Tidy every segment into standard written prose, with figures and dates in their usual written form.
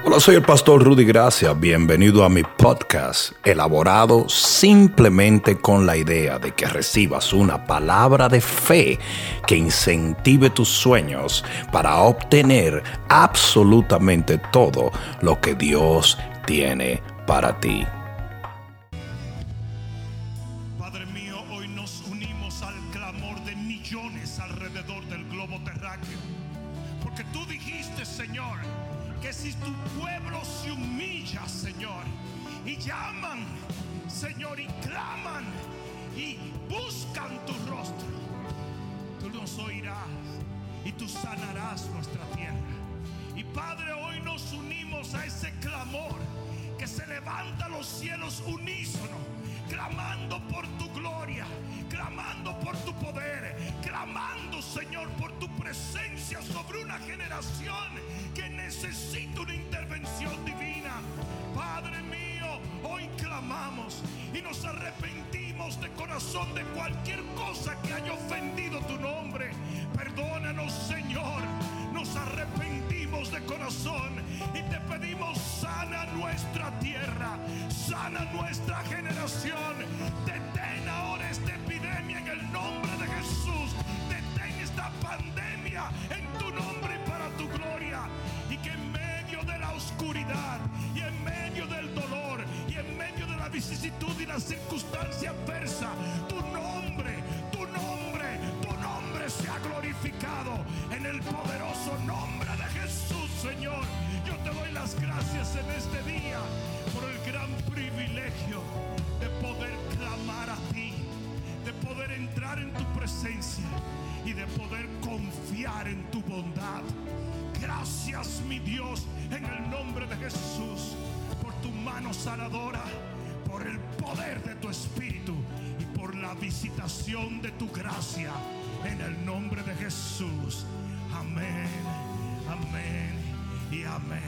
Hola, soy el pastor Rudy Gracia. Bienvenido a mi podcast, elaborado simplemente con la idea de que recibas una palabra de fe que incentive tus sueños para obtener absolutamente todo lo que Dios tiene para ti. Padre mío, hoy nos unimos al clamor de millones alrededor del globo terráqueo, porque tú dijiste, Señor, que si tu pueblo se humilla, Señor, y llaman, Señor, y claman y buscan tu rostro, tú nos oirás y tú sanarás nuestra tierra. Y Padre, hoy nos unimos a ese clamor que se levanta a los cielos unísono, clamando por tu gloria, clamando por tu poder, clamando, Señor, por tu presencia sobre una generación que necesita una intervención divina. Padre mío, hoy clamamos y nos arrepentimos de corazón de cualquier cosa que haya ofendido tu nombre. Perdónanos, Señor. Nos arrepentimos de corazón y te pedimos, sana nuestra tierra, sana nuestra generación. Detén ahora esta epidemia en el nombre de Jesús. Detén esta pandemia en tu nombre y para tu gloria. Y que en medio de la oscuridad y en medio del dolor y en medio de la vicisitud y la circunstancia adversa, tu nombre sea glorificado en el poderoso nombre de Jesús. Señor, yo te doy las gracias en este día por el gran privilegio de poder clamar a ti, de poder entrar en tu presencia y de poder confiar en tu bondad. Gracias, mi Dios, en el nombre de Jesús, por tu mano sanadora, por el poder de tu Espíritu y por la visitación de tu gracia. En el nombre de Jesús. Amén, amén y amén.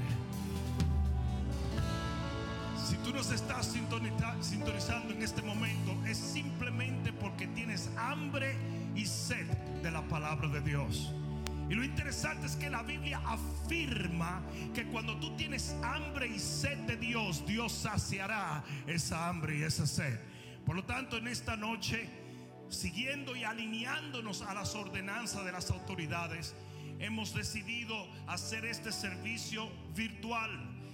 Si tú nos estás sintonizando en este momento, es simplemente porque tienes hambre y sed de la palabra de Dios. Y lo interesante es que la Biblia afirma que cuando tú tienes hambre y sed de Dios, Dios saciará esa hambre y esa sed. Por lo tanto, en esta noche, siguiendo y alineándonos a las ordenanzas de las autoridades, hemos decidido hacer este servicio virtual.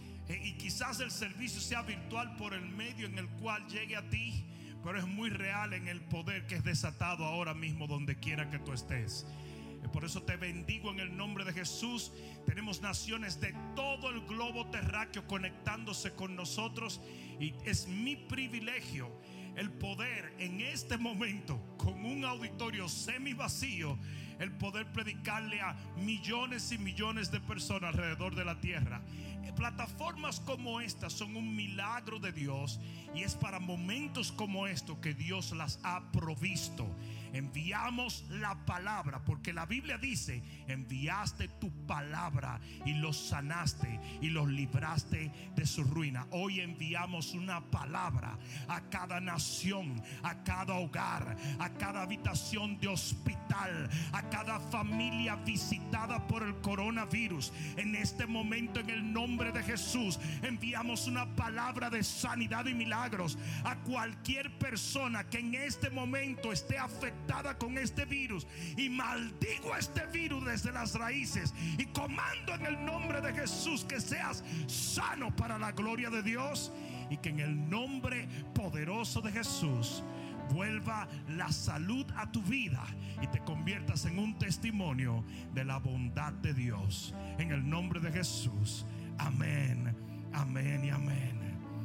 Y quizás el servicio sea virtual por el medio en el cual llegue a ti, pero es muy real en el poder que es desatado ahora mismo donde quiera que tú estés. Por eso te bendigo en el nombre de Jesús. Tenemos naciones de todo el globo terráqueo conectándose con nosotros, y es mi privilegio el poder en este momento, con un auditorio semi vacío, el poder predicarle a millones y millones de personas alrededor de la tierra. Plataformas como estas son un milagro de Dios, y es para momentos como estos que Dios las ha provisto. Enviamos la palabra, porque la Biblia dice: enviaste tu palabra y los sanaste y los libraste de su ruina. Hoy enviamos una palabra a cada nación, a cada hogar, a cada habitación de hospital, a cada familia visitada por el coronavirus. En este momento, en el nombre de Jesús, enviamos una palabra de sanidad y milagros a cualquier persona que en este momento esté afectada con este virus, y maldigo este virus desde las raíces y comando en el nombre de Jesús que seas sano para la gloria de Dios, y que en el nombre poderoso de Jesús vuelva la salud a tu vida y te conviertas en un testimonio de la bondad de Dios. En el nombre de Jesús. Amén, amén y amén.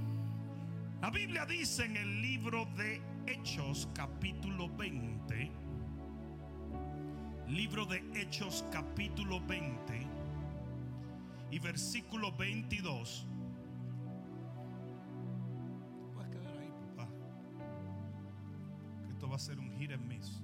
La Biblia dice en el libro de Hechos capítulo 20, libro de Hechos capítulo 20 y versículo 22. Puedes quedar ahí, papá, que esto va a ser un hit and miss.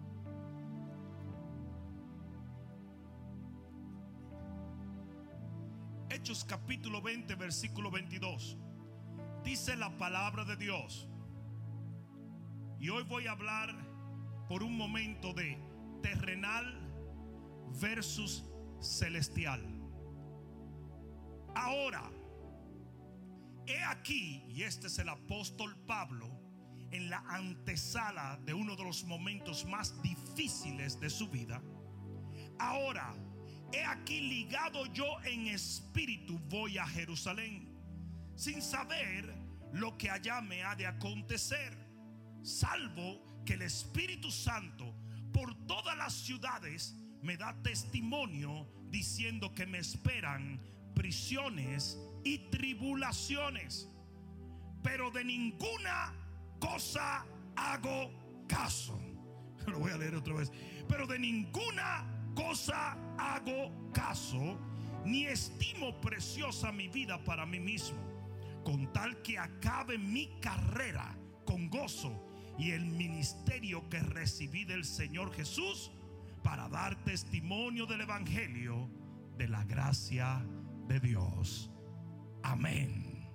Hechos capítulo 20 versículo 22. Dice la palabra de Dios. Y hoy voy a hablar por un momento de terrenal versus celestial. Ahora, he aquí, y este es el apóstol Pablo en la antesala de uno de los momentos más difíciles de su vida. Ahora, he aquí, ligado yo en espíritu, voy a Jerusalén, sin saber lo que allá me ha de acontecer, salvo que el Espíritu Santo por todas las ciudades me da testimonio, diciendo que me esperan prisiones y tribulaciones. Pero de ninguna cosa hago caso. Lo voy a leer otra vez. Pero de ninguna cosa hago caso, ni estimo preciosa mi vida para mí mismo, con tal que acabe mi carrera con gozo y el ministerio que recibí del Señor Jesús, para dar testimonio del evangelio de la gracia de Dios. Amén.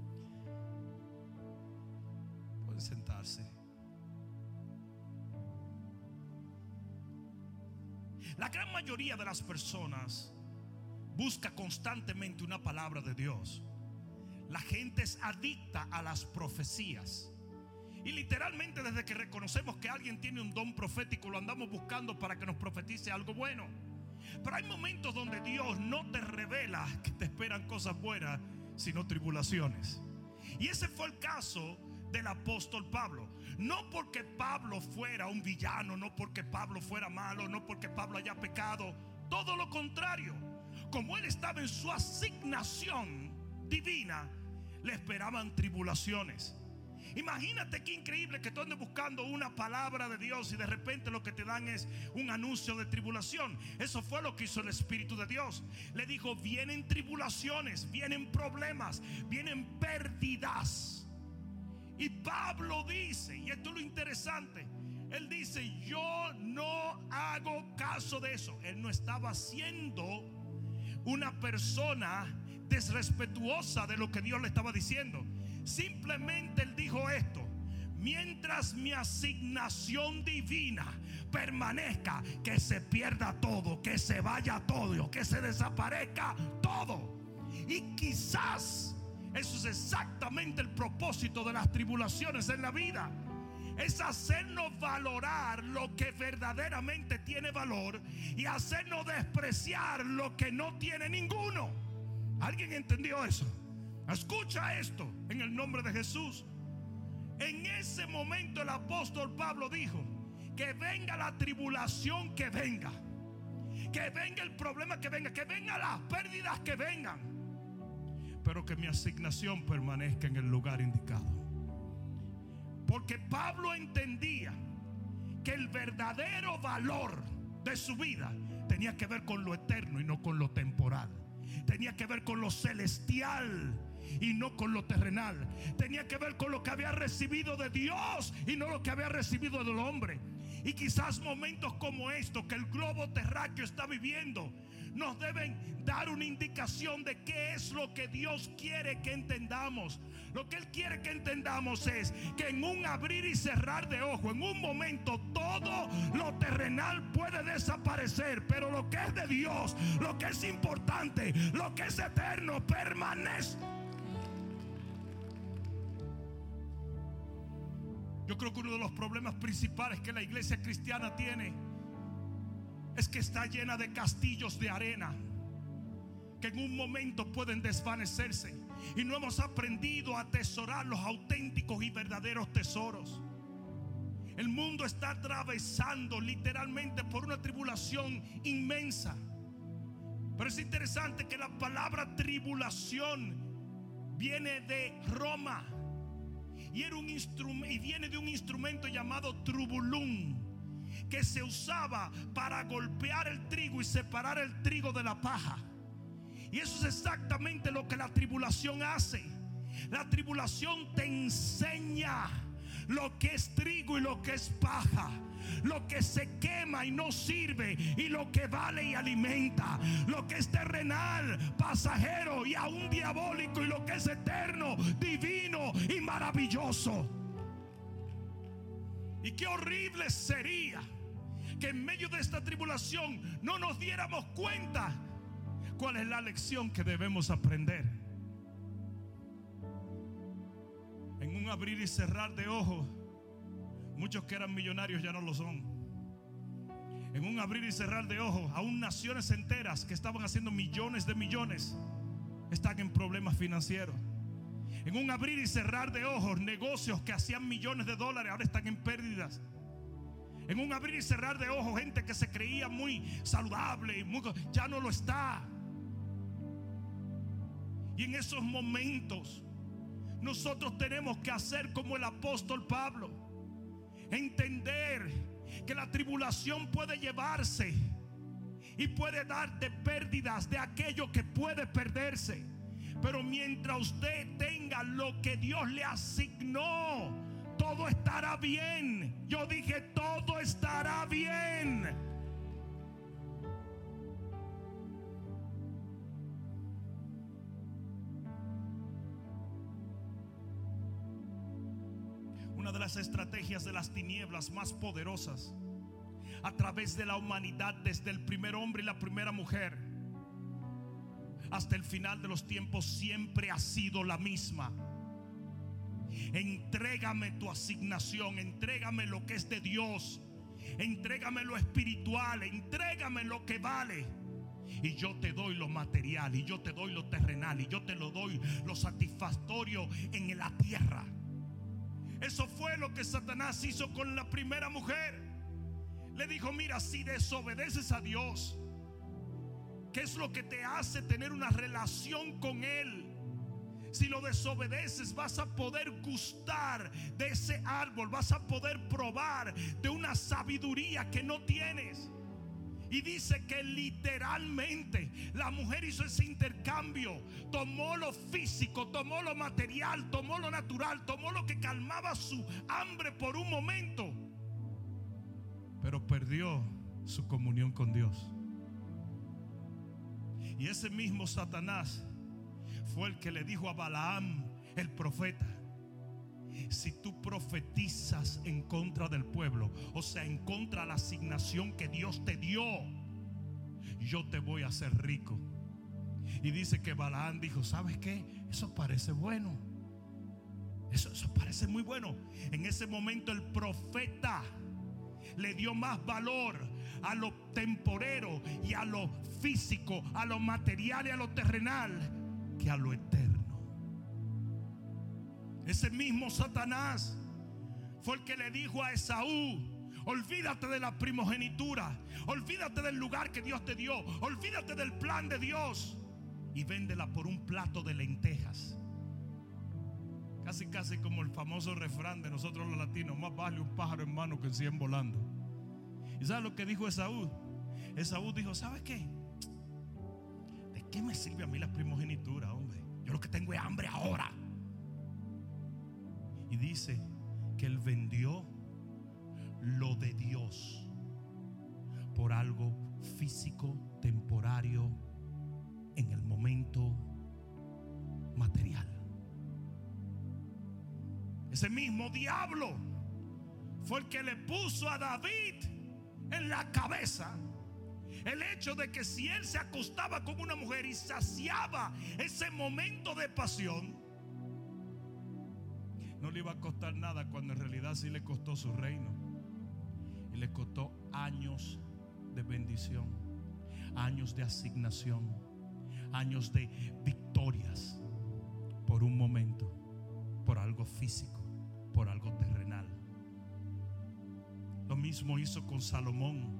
Pueden sentarse. La gran mayoría de las personas busca constantemente una palabra de Dios. La gente es adicta a las profecías. Y literalmente, desde que reconocemos que alguien tiene un don profético, lo andamos buscando para que nos profetice algo bueno. Pero hay momentos donde Dios no te revela que te esperan cosas buenas, sino tribulaciones. Y ese fue el caso del apóstol Pablo. No porque Pablo fuera un villano, no porque Pablo fuera malo, no porque Pablo haya pecado. Todo lo contrario. Como él estaba en su asignación divina, le esperaban tribulaciones. Imagínate qué increíble que tú andes buscando una palabra de Dios y de repente lo que te dan es un anuncio de tribulación. Eso fue lo que hizo el Espíritu de Dios. Le dijo: vienen tribulaciones, vienen problemas, vienen pérdidas. Y Pablo dice, y esto es lo interesante, él dice: yo no hago caso de eso. Él no estaba siendo una persona desrespetuosa de lo que Dios le estaba diciendo. Simplemente él dijo esto: mientras mi asignación divina permanezca, que se pierda todo, que se vaya todo, que se desaparezca todo. Y quizás eso es exactamente el propósito de las tribulaciones en la vida. Es hacernos valorar lo que verdaderamente tiene valor y hacernos despreciar lo que no tiene ninguno. ¿Alguien entendió eso? Escucha esto en el nombre de Jesús. En ese momento el apóstol Pablo dijo: que venga la tribulación que venga el problema que vengan las pérdidas que vengan, pero que mi asignación permanezca en el lugar indicado. Porque Pablo entendía que el verdadero valor de su vida tenía que ver con lo eterno y no con lo temporal. Tenía que ver con lo celestial y no con lo terrenal. Tenía que ver con lo que había recibido de Dios y no lo que había recibido del hombre. Y quizás momentos como estos que el globo terráqueo está viviendo nos deben dar una indicación de qué es lo que Dios quiere que entendamos. Lo que Él quiere que entendamos es que en un abrir y cerrar de ojo, en un momento, todo lo terrenal puede desaparecer, pero lo que es de Dios, lo que es importante, lo que es eterno, permanece. Yo creo que uno de los problemas principales que la iglesia cristiana tiene es que está llena de castillos de arena que en un momento pueden desvanecerse, y no hemos aprendido a atesorar los auténticos y verdaderos tesoros. El mundo está atravesando literalmente por una tribulación inmensa. Pero es interesante que la palabra tribulación viene de Roma y viene de un instrumento llamado trubulum, que se usaba para golpear el trigo y separar el trigo de la paja. Y eso es exactamente lo que la tribulación hace. La tribulación te enseña lo que es trigo y lo que es paja, lo que se quema y no sirve y lo que vale y alimenta, lo que es terrenal, pasajero y aún diabólico, y lo que es eterno, divino y maravilloso. Y qué horrible sería que en medio de esta tribulación no nos diéramos cuenta ¿Cuál es la lección que debemos aprender? En un abrir y cerrar de ojos, muchos que eran millonarios ya no lo son. En un abrir y cerrar de ojos, aún naciones enteras que estaban haciendo millones de millones están en problemas financieros. En un abrir y cerrar de ojos, negocios que hacían millones de dólares ahora están en pérdidas. En un abrir y cerrar de ojos, gente que se creía muy saludable ya no lo está. Y en esos momentos nosotros tenemos que hacer como el apóstol Pablo, entender que la tribulación puede llevarse y puede darte pérdidas de aquello que puede perderse. Pero mientras usted tenga lo que Dios le asignó, todo estará bien. Yo dije, todo estará bien. Una de las estrategias de las tinieblas más poderosas a través de la humanidad, desde el primer hombre y la primera mujer hasta el final de los tiempos, siempre ha sido la misma: entrégame tu asignación, entrégame lo que es de Dios, entrégame lo espiritual, entrégame lo que vale, y yo te doy lo material, y yo te doy lo terrenal, y yo te lo doy lo satisfactorio en la tierra. Eso fue lo que Satanás hizo con la primera mujer. Le dijo: mira, si desobedeces a Dios, ¿qué es lo que te hace tener una relación con Él? Si lo desobedeces, vas a poder gustar de ese árbol, vas a poder probar de una sabiduría que no tienes. Y dice que literalmente la mujer hizo ese intercambio. Tomó lo físico, tomó lo material, tomó lo natural, tomó lo que calmaba su hambre por un momento, pero perdió su comunión con Dios. Y ese mismo Satanás fue el que le dijo a Balaam, el profeta: si tú profetizas en contra del pueblo, o sea, en contra de la asignación que Dios te dio, yo te voy a hacer rico. Y dice que Balaam dijo: ¿sabes qué? Eso parece bueno. Eso parece muy bueno. En ese momento el profeta le dio más valor a lo temporero y a lo físico, a lo material y a lo terrenal, que a lo eterno. Ese mismo Satanás fue el que le dijo a Esaú: olvídate de la primogenitura, olvídate del lugar que Dios te dio, olvídate del plan de Dios y véndela por un plato de lentejas. Casi como el famoso refrán de nosotros los latinos: más vale un pájaro en mano que 100 volando. ¿Y sabes lo que dijo Esaú? Esaú dijo: ¿sabes qué? ¿De qué me sirve a mí la primogenitura, hombre? Yo lo que tengo es hambre ahora. Y dice que él vendió lo de Dios por algo físico, temporario, en el momento material. Ese mismo diablo fue el que le puso a David en la cabeza el hecho de que si él se acostaba con una mujer y saciaba ese momento de pasión, no le iba a costar nada, cuando en realidad sí le costó su reino. Y le costó años de bendición, años de asignación, años de victorias, por un momento, por algo físico, por algo terrenal. Lo mismo hizo con Salomón,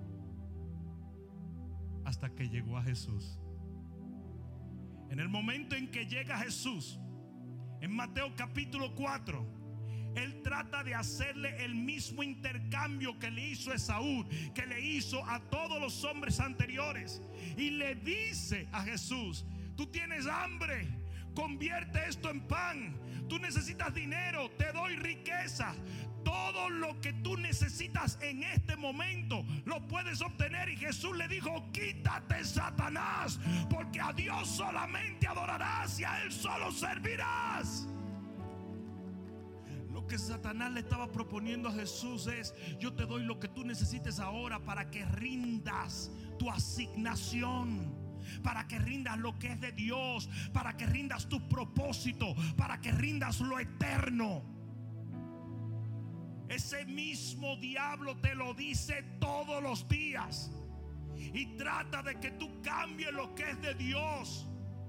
hasta que llegó a Jesús. En el momento en que llega Jesús, en Mateo capítulo 4, él trata de hacerle el mismo intercambio que le hizo a Esaú, que le hizo a todos los hombres anteriores. Y le dice a Jesús: tú tienes hambre, convierte esto en pan. Tú necesitas dinero, te doy riqueza. Todo lo que tú necesitas en este momento lo puedes obtener. Y Jesús le dijo: quítate, Satanás, porque a Dios solamente adorarás y a Él solo servirás. Lo que Satanás le estaba proponiendo a Jesús es: yo te doy lo que tú necesites ahora para que rindas tu asignación, para que rindas lo que es de Dios, para que rindas tu propósito, para que rindas lo eterno. Ese mismo diablo te lo dice todos los días y trata de que tú cambies lo que es de Dios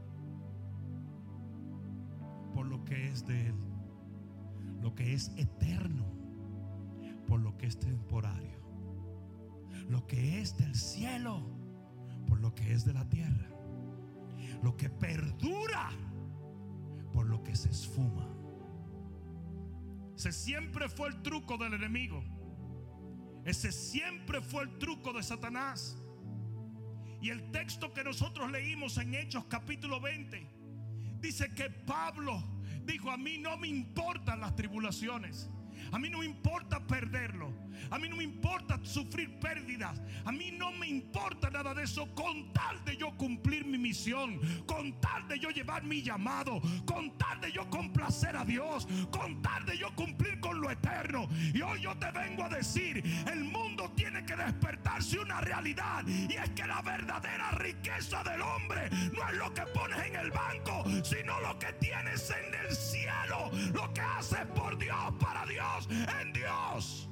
por lo que es de Él, lo que es eterno por lo que es temporario, lo que es del cielo por lo que es de la tierra, lo que perdura por lo que se esfuma. Ese siempre fue el truco del enemigo. Ese siempre fue el truco de Satanás. Y el texto que nosotros leímos en Hechos capítulo 20 dice que Pablo dijo: a mí no me importan las tribulaciones, a mí no me importa perderlo, a mí no me importa sufrir pérdidas, a mí no me importa nada de eso, con tal de yo cumplir mi misión, con tal de yo llevar mi llamado, con tal de yo complacer a Dios, con tal de yo cumplir con lo eterno. Y hoy yo te vengo a decir: el mundo tiene que despertarse una realidad, y es que la verdadera riqueza del hombre no es lo que pones en el banco, sino lo que tienes en el cielo, lo que haces por Dios, para Dios, en Dios.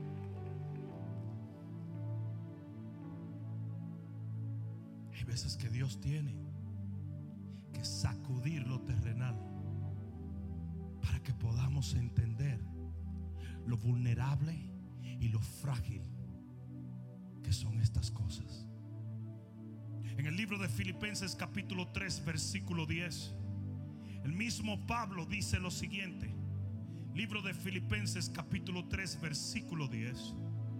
Hay veces que Dios tiene que sacudir lo terrenal para que podamos entender lo vulnerable y lo frágil que son estas cosas. En el libro de Filipenses capítulo 3 versículo 10, el mismo Pablo dice lo siguiente. Libro de Filipenses capítulo 3 versículo 10,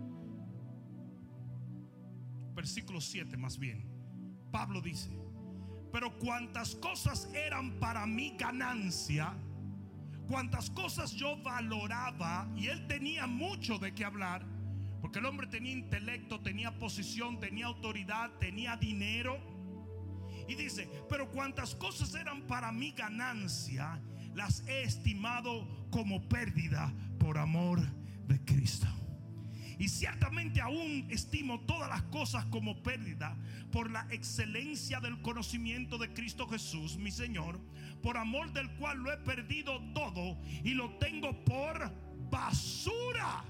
versículo 7 más bien. Pablo dice: pero cuantas cosas eran para mí ganancia, cuantas cosas yo valoraba, y él tenía mucho de qué hablar, porque el hombre tenía intelecto, tenía posición, tenía autoridad, tenía dinero. Y dice: pero cuantas cosas eran para mí ganancia, las he estimado como pérdida por amor de Cristo. Y ciertamente aún estimo todas las cosas como pérdida por la excelencia del conocimiento de Cristo Jesús, mi Señor, por amor del cual lo he perdido todo y lo tengo por basura.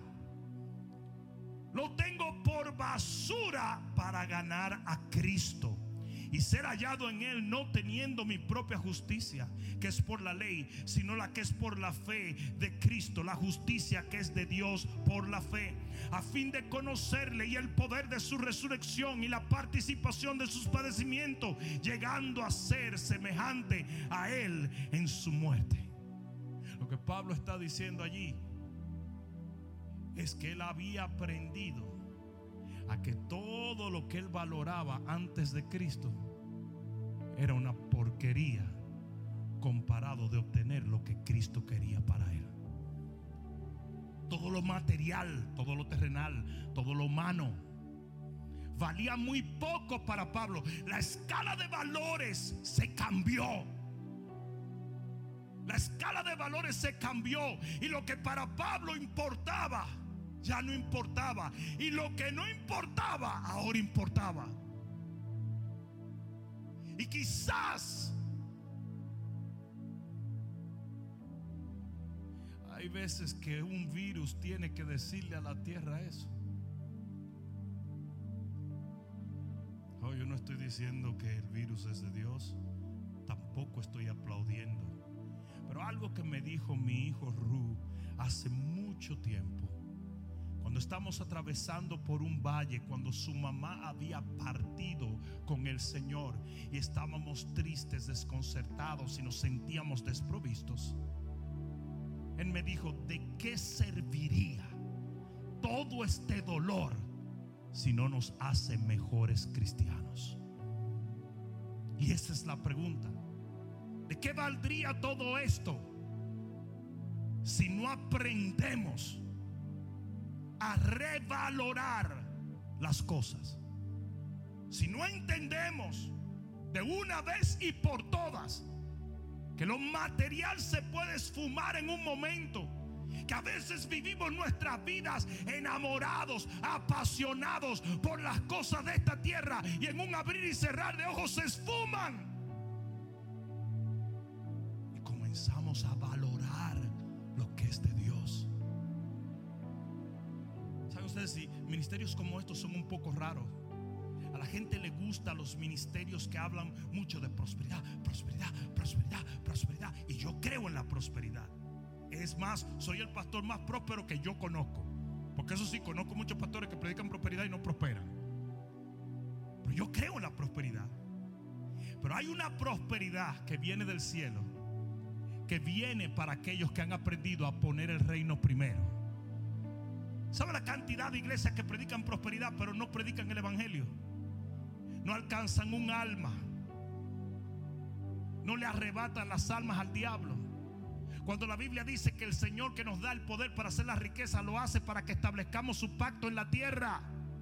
Lo tengo por basura para ganar a Cristo y ser hallado en Él, no teniendo mi propia justicia, que es por la ley, sino la que es por la fe de Cristo, la justicia que es de Dios por la fe, a fin de conocerle y el poder de su resurrección y la participación de sus padecimientos, llegando a ser semejante a Él en su muerte. Lo que Pablo está diciendo allí es que él había aprendido a que todo lo que él valoraba antes de Cristo era una porquería comparado de obtener lo que Cristo quería para él. Todo lo material, todo lo terrenal, todo lo humano valía muy poco para Pablo. La escala de valores se cambió. La escala de valores se cambió, y lo que para Pablo importaba ya no importaba, y lo que no importaba ahora importaba. Y quizás hay veces que un virus tiene que decirle a la tierra eso. Oh, yo no estoy diciendo que el virus es de Dios, tampoco estoy aplaudiendo, pero algo que me dijo mi hijo Ru hace mucho tiempo, cuando estamos atravesando por un valle, cuando su mamá había partido con el Señor y estábamos tristes, desconcertados y nos sentíamos desprovistos, él me dijo: ¿de qué serviría todo este dolor si no nos hace mejores cristianos? Y esa es la pregunta. ¿De qué valdría todo esto si no aprendemos a revalorar las cosas? Si no entendemos de una vez y por todas que lo material se puede esfumar en un momento Que a veces vivimos nuestras vidas enamorados, apasionados por las cosas de esta tierra, y en un abrir y cerrar de ojos se esfuman. Y comenzamos a valorar lo que es de Dios. ¿Saben ustedes si ministerios como estos son un poco raros? A la gente le gustan los ministerios que hablan mucho de prosperidad, prosperidad, prosperidad, prosperidad. Y yo creo en la prosperidad. Es más, soy el pastor más próspero que yo conozco. Porque eso sí, conozco muchos pastores que predican prosperidad y no prosperan. Pero yo creo en la prosperidad. Pero hay una prosperidad que viene del cielo, que viene para aquellos que han aprendido a poner el reino primero. ¿Sabe la cantidad de iglesias que predican prosperidad pero no predican el evangelio? No alcanzan un alma. No le arrebatan las almas al diablo. Cuando la Biblia dice que el Señor que nos da el poder para hacer la riqueza, lo hace para que establezcamos su pacto en la tierra.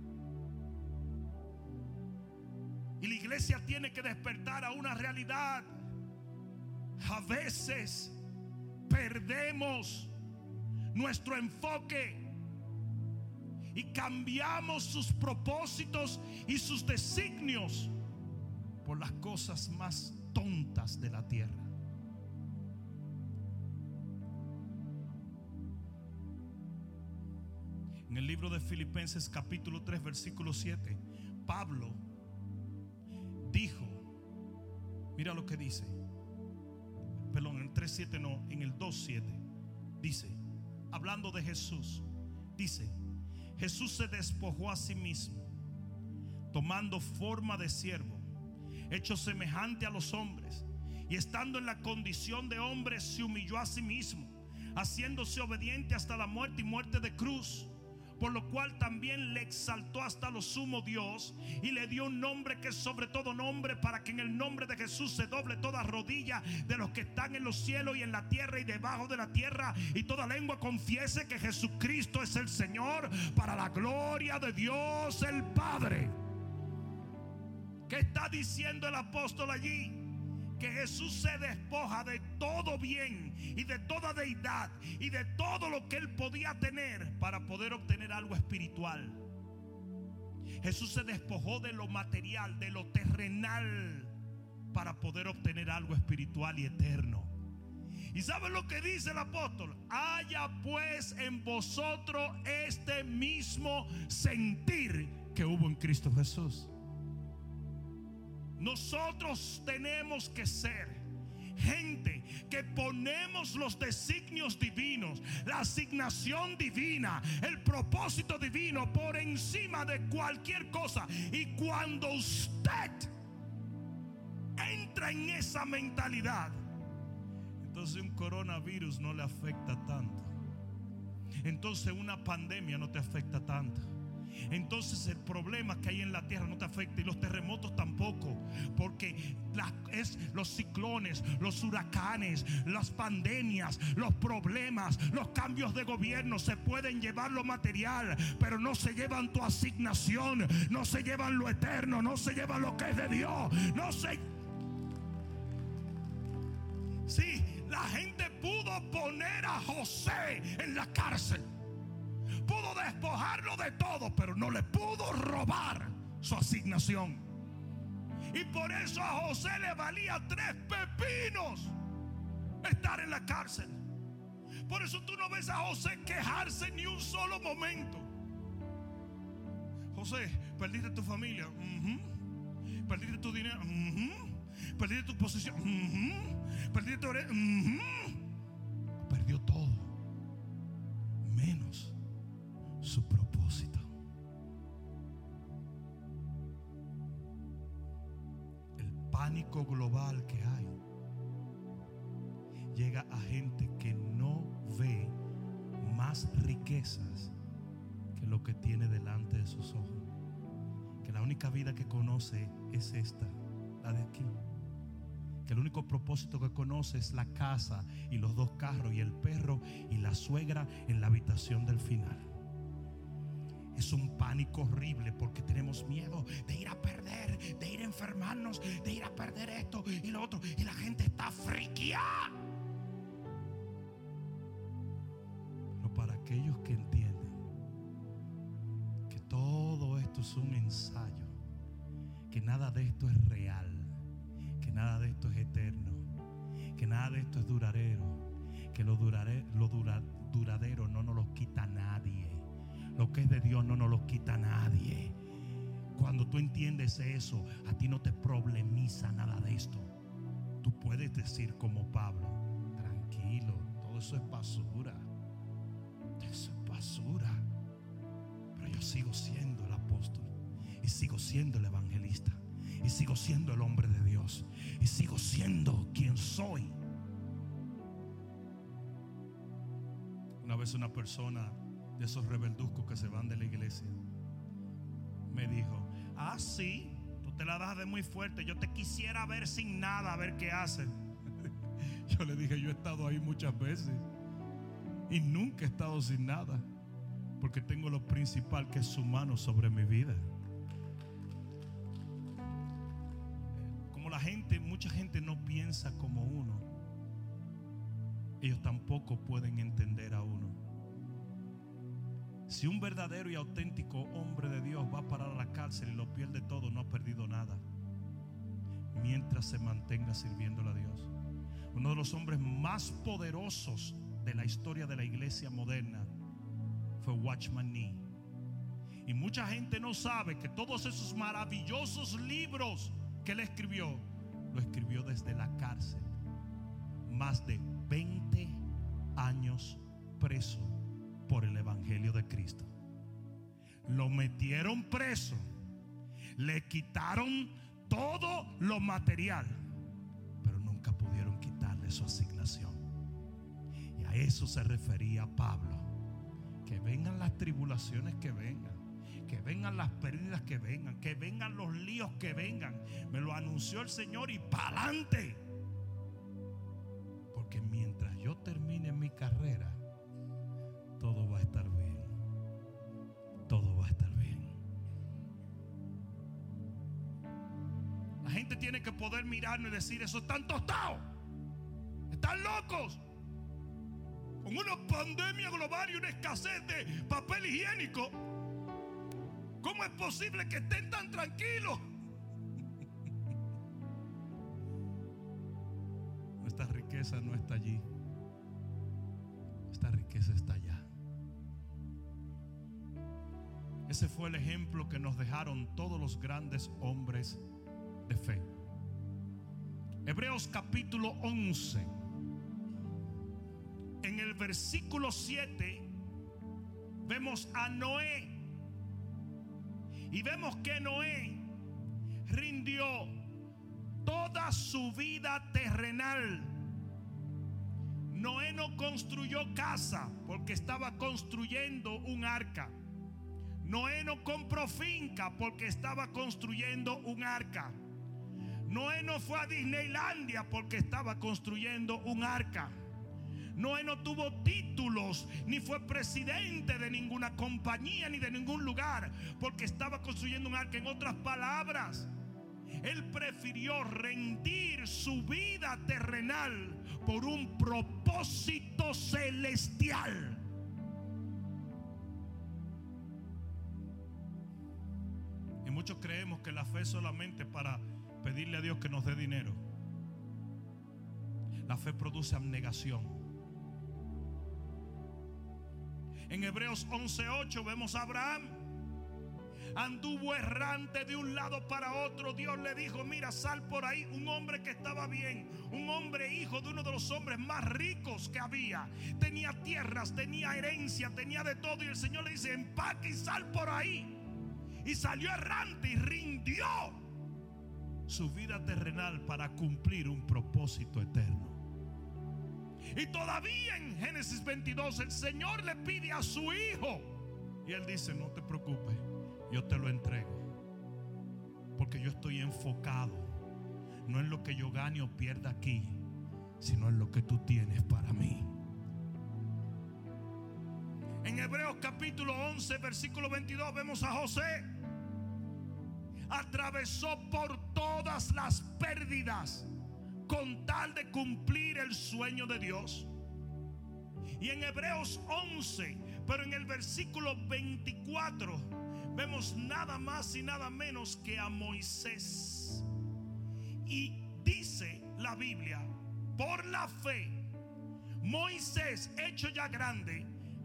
Y la iglesia tiene que despertar a una realidad. A veces perdemos nuestro enfoque y cambiamos sus propósitos y sus designios por las cosas más tontas de la tierra. En el libro de Filipenses capítulo 3 versículo 7, Pablo dijo, mira lo que dice, perdón, en el 3:7 no, en el 2:7 dice, hablando de Jesús, dice: Jesús se despojó a sí mismo, tomando forma de siervo, hecho semejante a los hombres, y estando en la condición de hombre, se humilló a sí mismo, haciéndose obediente hasta la muerte y muerte de cruz. Por lo cual también le exaltó hasta lo sumo Dios, y le dio un nombre que es sobre todo nombre, para que en el nombre de Jesús se doble toda rodilla de los que están en los cielos y en la tierra y debajo de la tierra, y toda lengua confiese que Jesucristo es el Señor, para la gloria de Dios el Padre. ¿Qué está diciendo el apóstol allí? Que Jesús se despoja de todo bien y de toda deidad y de todo lo que él podía tener para poder obtener algo espiritual. Jesús se despojó de lo material, de lo terrenal, para poder obtener algo espiritual y eterno. ¿Y saben lo que dice el apóstol? Haya pues en vosotros este mismo sentir que hubo en Cristo Jesús. Nosotros tenemos que ser gente que ponemos los designios divinos, la asignación divina, el propósito divino por encima de cualquier cosa. Y cuando usted entra en esa mentalidad, entonces un coronavirus no le afecta tanto. Entonces una pandemia no te afecta tanto. Entonces el problema que hay en la tierra no te afecta, y los terremotos tampoco, porque los ciclones, los huracanes, las pandemias, los problemas, los cambios de gobierno se pueden llevar lo material, pero no se llevan tu asignación, no se llevan lo eterno, no se llevan lo que es de Dios, no se... Sí, la gente pudo poner a José en la cárcel, pudo despojarlo de todo, pero no le pudo robar su asignación. Y por eso a José le valía 3 pepinos estar en la cárcel. Por eso tú no ves a José quejarse ni un solo momento. José, perdiste tu familia, perdiste tu dinero, perdiste tu posición, perdiste tu herencia, perdió todo menos su propósito. El pánico global que hay llega a gente que no ve más riquezas que lo que tiene delante de sus ojos, que la única vida que conoce es esta, la de aquí, que el único propósito que conoce es la casa y los 2 carros y el perro y la suegra en la habitación del final. Es un pánico horrible porque tenemos miedo de ir a perder, de ir a enfermarnos, de ir a perder esto y lo otro, y la gente está friqueada. para aquellos que entienden que todo esto es un ensayo, que nada de esto es real, que nada de esto es eterno, que nada de esto es duradero, que lo duradero no nos lo quita nadie. Lo que es de Dios no nos lo quita nadie. Cuando tú entiendes eso, a ti no te problemiza nada de esto. Tú puedes decir como Pablo: tranquilo, todo eso es basura. Eso es basura. Pero yo sigo siendo el apóstol, y sigo siendo el evangelista, y sigo siendo el hombre de Dios, y sigo siendo quien soy. Una vez una persona de esos rebelduscos que se van de la iglesia me dijo: ah, sí, tú te la das de muy fuerte, yo te quisiera ver sin nada, a ver qué haces. Yo le dije: yo he estado ahí muchas veces y nunca he estado sin nada, porque tengo lo principal, que es su mano sobre mi vida. Como mucha gente no piensa como uno, ellos tampoco pueden entender a uno. Si un verdadero y auténtico hombre de Dios va a parar a la cárcel y lo pierde todo, no ha perdido nada, mientras se mantenga sirviéndole a Dios. Uno de los hombres más poderosos de la historia de la iglesia moderna fue Watchman Nee. Y mucha gente no sabe que todos esos maravillosos libros que él escribió, lo escribió desde la cárcel. Más de 20 años preso por el evangelio de Cristo. Lo metieron preso, le quitaron todo lo material, pero nunca pudieron quitarle su asignación. Y a eso se refería Pablo: que vengan las tribulaciones que vengan, que vengan las pérdidas que vengan los líos que vengan, me lo anunció el Señor, y para adelante. Porque mientras yo termine mi carrera, todo va a estar bien. Todo va a estar bien. La gente tiene que poder mirarnos y decir: eso están tostados, están locos. Con una pandemia global y una escasez de papel higiénico, ¿cómo es posible que estén tan tranquilos? Nuestra riqueza no está allí. Nuestra riqueza está allá. Ese fue el ejemplo que nos dejaron todos los grandes hombres de fe. Hebreos capítulo 11, en el versículo 7 vemos a Noé, y vemos que Noé rindió toda su vida terrenal. Noé no construyó casa porque estaba construyendo un arca. Noé no compró finca porque estaba construyendo un arca. Noé no fue a Disneylandia porque estaba construyendo un arca. Noé no tuvo títulos ni fue presidente de ninguna compañía ni de ningún lugar porque estaba construyendo un arca. En otras palabras, él prefirió rendir su vida terrenal por un propósito celestial. Y muchos creemos que la fe es solamente para pedirle a Dios que nos dé dinero. La fe produce abnegación. En Hebreos 11:8 vemos a Abraham. Anduvo errante de un lado para otro. Dios le dijo: mira, sal por ahí. Un hombre que estaba bien, un hombre hijo de uno de los hombres más ricos que había. Tenía tierras, tenía herencia, tenía de todo. Y el Señor le dice: empaque y sal por ahí. Y salió errante y rindió su vida terrenal para cumplir un propósito eterno. Y todavía en Génesis 22 el Señor le pide a su hijo, y él dice: no te preocupes, yo te lo entrego, porque yo estoy enfocado no en lo que yo gane o pierda aquí, sino en lo que tú tienes para mí. En Hebreos capítulo 11 versículo 22 vemos a José. Atravesó por todas las pérdidas con tal de cumplir el sueño de Dios. Y en Hebreos 11, pero en el versículo 24, vemos nada más y nada menos que a Moisés. Y dice la Biblia, por la fe, Moisés, hecho ya grande,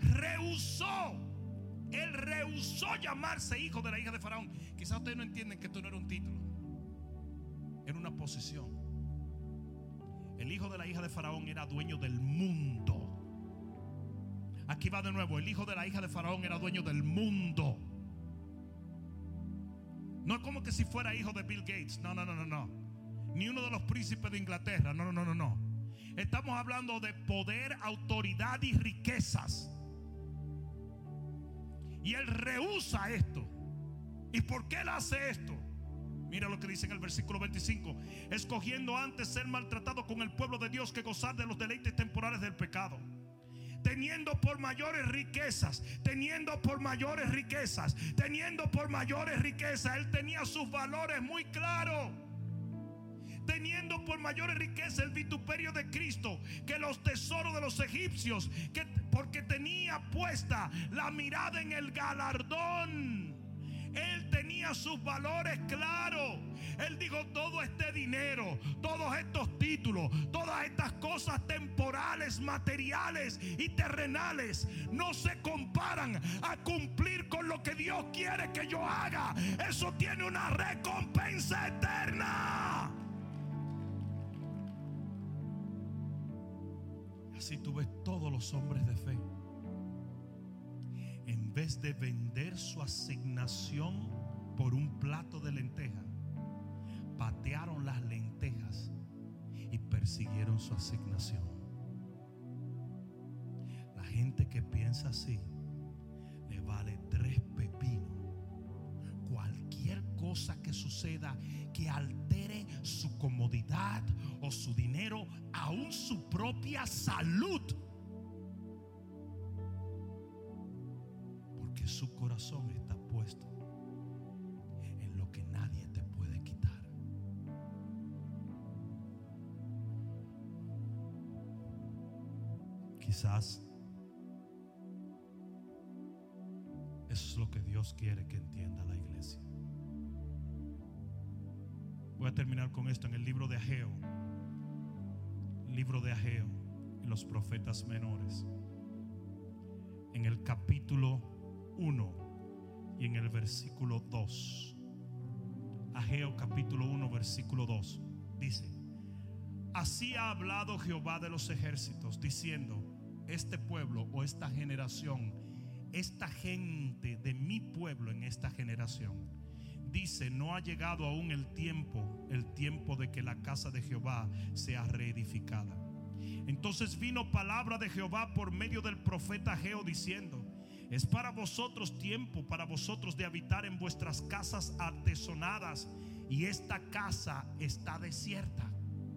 Él rehusó llamarse hijo de la hija de Faraón. Quizás ustedes no entienden que esto no era un título, era una posición. El hijo de la hija de Faraón era dueño del mundo. Aquí va de nuevo, el hijo de la hija de Faraón era dueño del mundo. No es como que si fuera hijo de Bill Gates. No. Ni uno de los príncipes de Inglaterra. No. Estamos hablando de poder, autoridad y riquezas. Y él rehúsa esto. ¿Y por qué él hace esto? Mira lo que dice en el versículo 25: escogiendo antes ser maltratado con el pueblo de Dios que gozar de los deleites temporales del pecado. Teniendo por mayores riquezas. Él tenía sus valores muy claros. Teniendo por mayores riquezas el vituperio de Cristo que los tesoros de los egipcios, porque tenía puesta la mirada en el galardón. Él tenía sus valores claros. Él dijo: todo este dinero, todos estos títulos, todas estas cosas temporales, materiales y terrenales no se comparan a cumplir con lo que Dios quiere que yo haga. Eso tiene una recompensa eterna. Así tú ves todos los hombres de fe, en vez de vender su asignación por un plato de lentejas, patearon las lentejas y persiguieron su asignación. La gente que piensa así le vale 3 pepinos cualquier cosa que suceda que altere su comodidad o su dinero, aún su propia salud. Su corazón está puesto en lo que nadie te puede quitar. Quizás eso es lo que Dios quiere que entienda la iglesia. Voy a terminar con esto en el libro de Ageo. Libro de Ageo y los profetas menores. En el capítulo 1 y en el versículo 2. Ageo capítulo 1 versículo 2 dice: así ha hablado Jehová de los ejércitos, diciendo: este pueblo o esta generación, esta gente de mi pueblo en esta generación, dice: no ha llegado aún el tiempo de que la casa de Jehová sea reedificada. Entonces vino palabra de Jehová por medio del profeta Ageo diciendo: es para vosotros tiempo, para vosotros de habitar en vuestras casas artesonadas, y esta casa está desierta.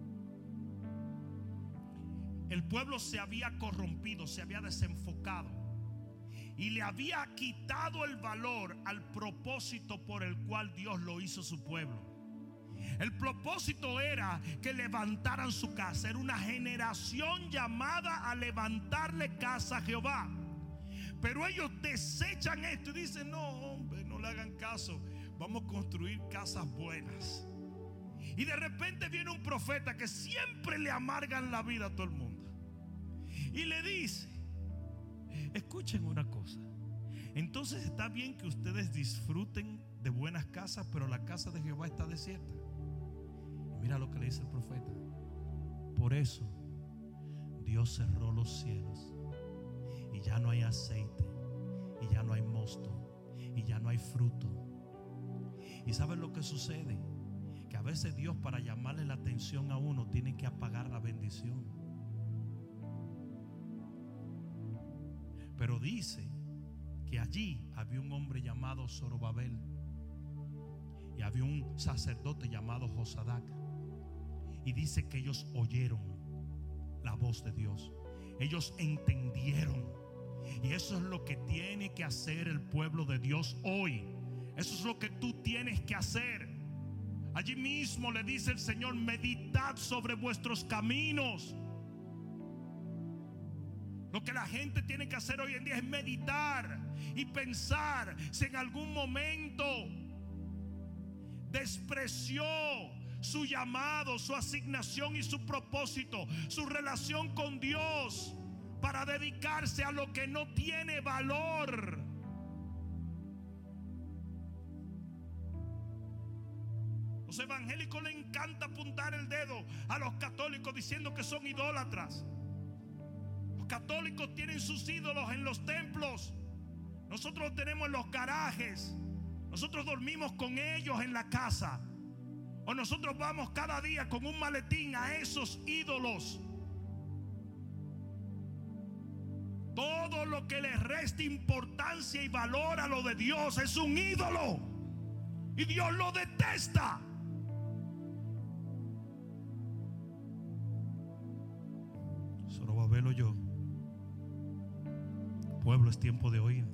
El pueblo se había corrompido, se había desenfocado y le había quitado el valor al propósito por el cual Dios lo hizo su pueblo. El propósito era que levantaran su casa. Era una generación llamada a levantarle casa a Jehová. Pero ellos desechan esto y dicen: no, hombre, no le hagan caso, vamos a construir casas buenas. Y de repente viene un profeta que siempre le amargan la vida a todo el mundo y le dice: escuchen una cosa, entonces está bien que ustedes disfruten de buenas casas, pero la casa de Jehová está desierta. Y mira lo que le dice el profeta: por eso Dios cerró los cielos y ya no hay aceite, y ya no hay mosto, y ya no hay fruto. ¿Y saben lo que sucede? Que a veces Dios, para llamarle la atención a uno, tiene que apagar la bendición. Pero dice que allí había un hombre llamado Zorobabel y había un sacerdote llamado Josadac, y dice que ellos oyeron la voz de Dios. Ellos entendieron. Y eso es lo que tiene que hacer el pueblo de Dios hoy. Eso es lo que tú tienes que hacer. Allí mismo le dice el Señor: meditad sobre vuestros caminos. Lo que la gente tiene que hacer hoy en día es meditar y pensar si en algún momento despreció su llamado, su asignación y su propósito, su relación con Dios, para dedicarse a lo que no tiene valor. Los evangélicos les encanta apuntar el dedo a los católicos diciendo que son idólatras. Los católicos tienen sus ídolos en los templos. Nosotros los tenemos en los garajes. Nosotros dormimos con ellos en la casa. O nosotros vamos cada día con un maletín a esos ídolos. Todo lo que le resta importancia y valor a lo de Dios es un ídolo. Y Dios lo detesta. Zorobabel yo. Pueblo, es tiempo de oír.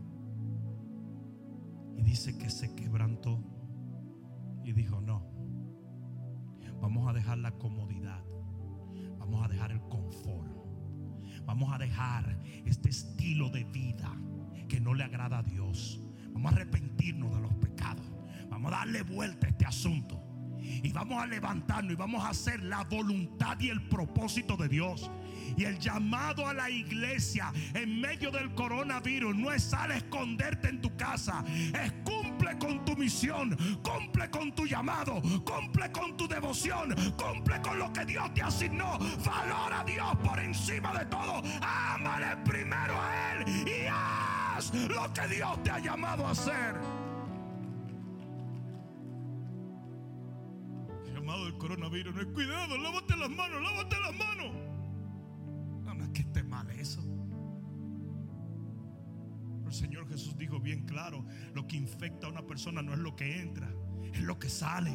Y dice que se quebrantó y dijo: no, vamos a dejar la comodidad, vamos a dejar el confort, vamos a dejar este estilo de vida que no le agrada a Dios. Vamos a arrepentirnos de los pecados, vamos a darle vuelta a este asunto y vamos a levantarnos y vamos a hacer la voluntad y el propósito de Dios. Y el llamado a la iglesia en medio del coronavirus no es sal a esconderte en tu casa, es cumple con tu misión, cumple con tu llamado, cumple con tu devoción, cumple con lo que Dios te asignó. Valora a Dios por encima de todo, ámale primero a Él y haz lo que Dios te ha llamado a hacer. El llamado del coronavirus no es: cuidado, lávate las manos, lávate las manos. No es que esté mal eso. El Señor Jesús dijo bien claro: lo que infecta a una persona no es lo que entra, es lo que sale.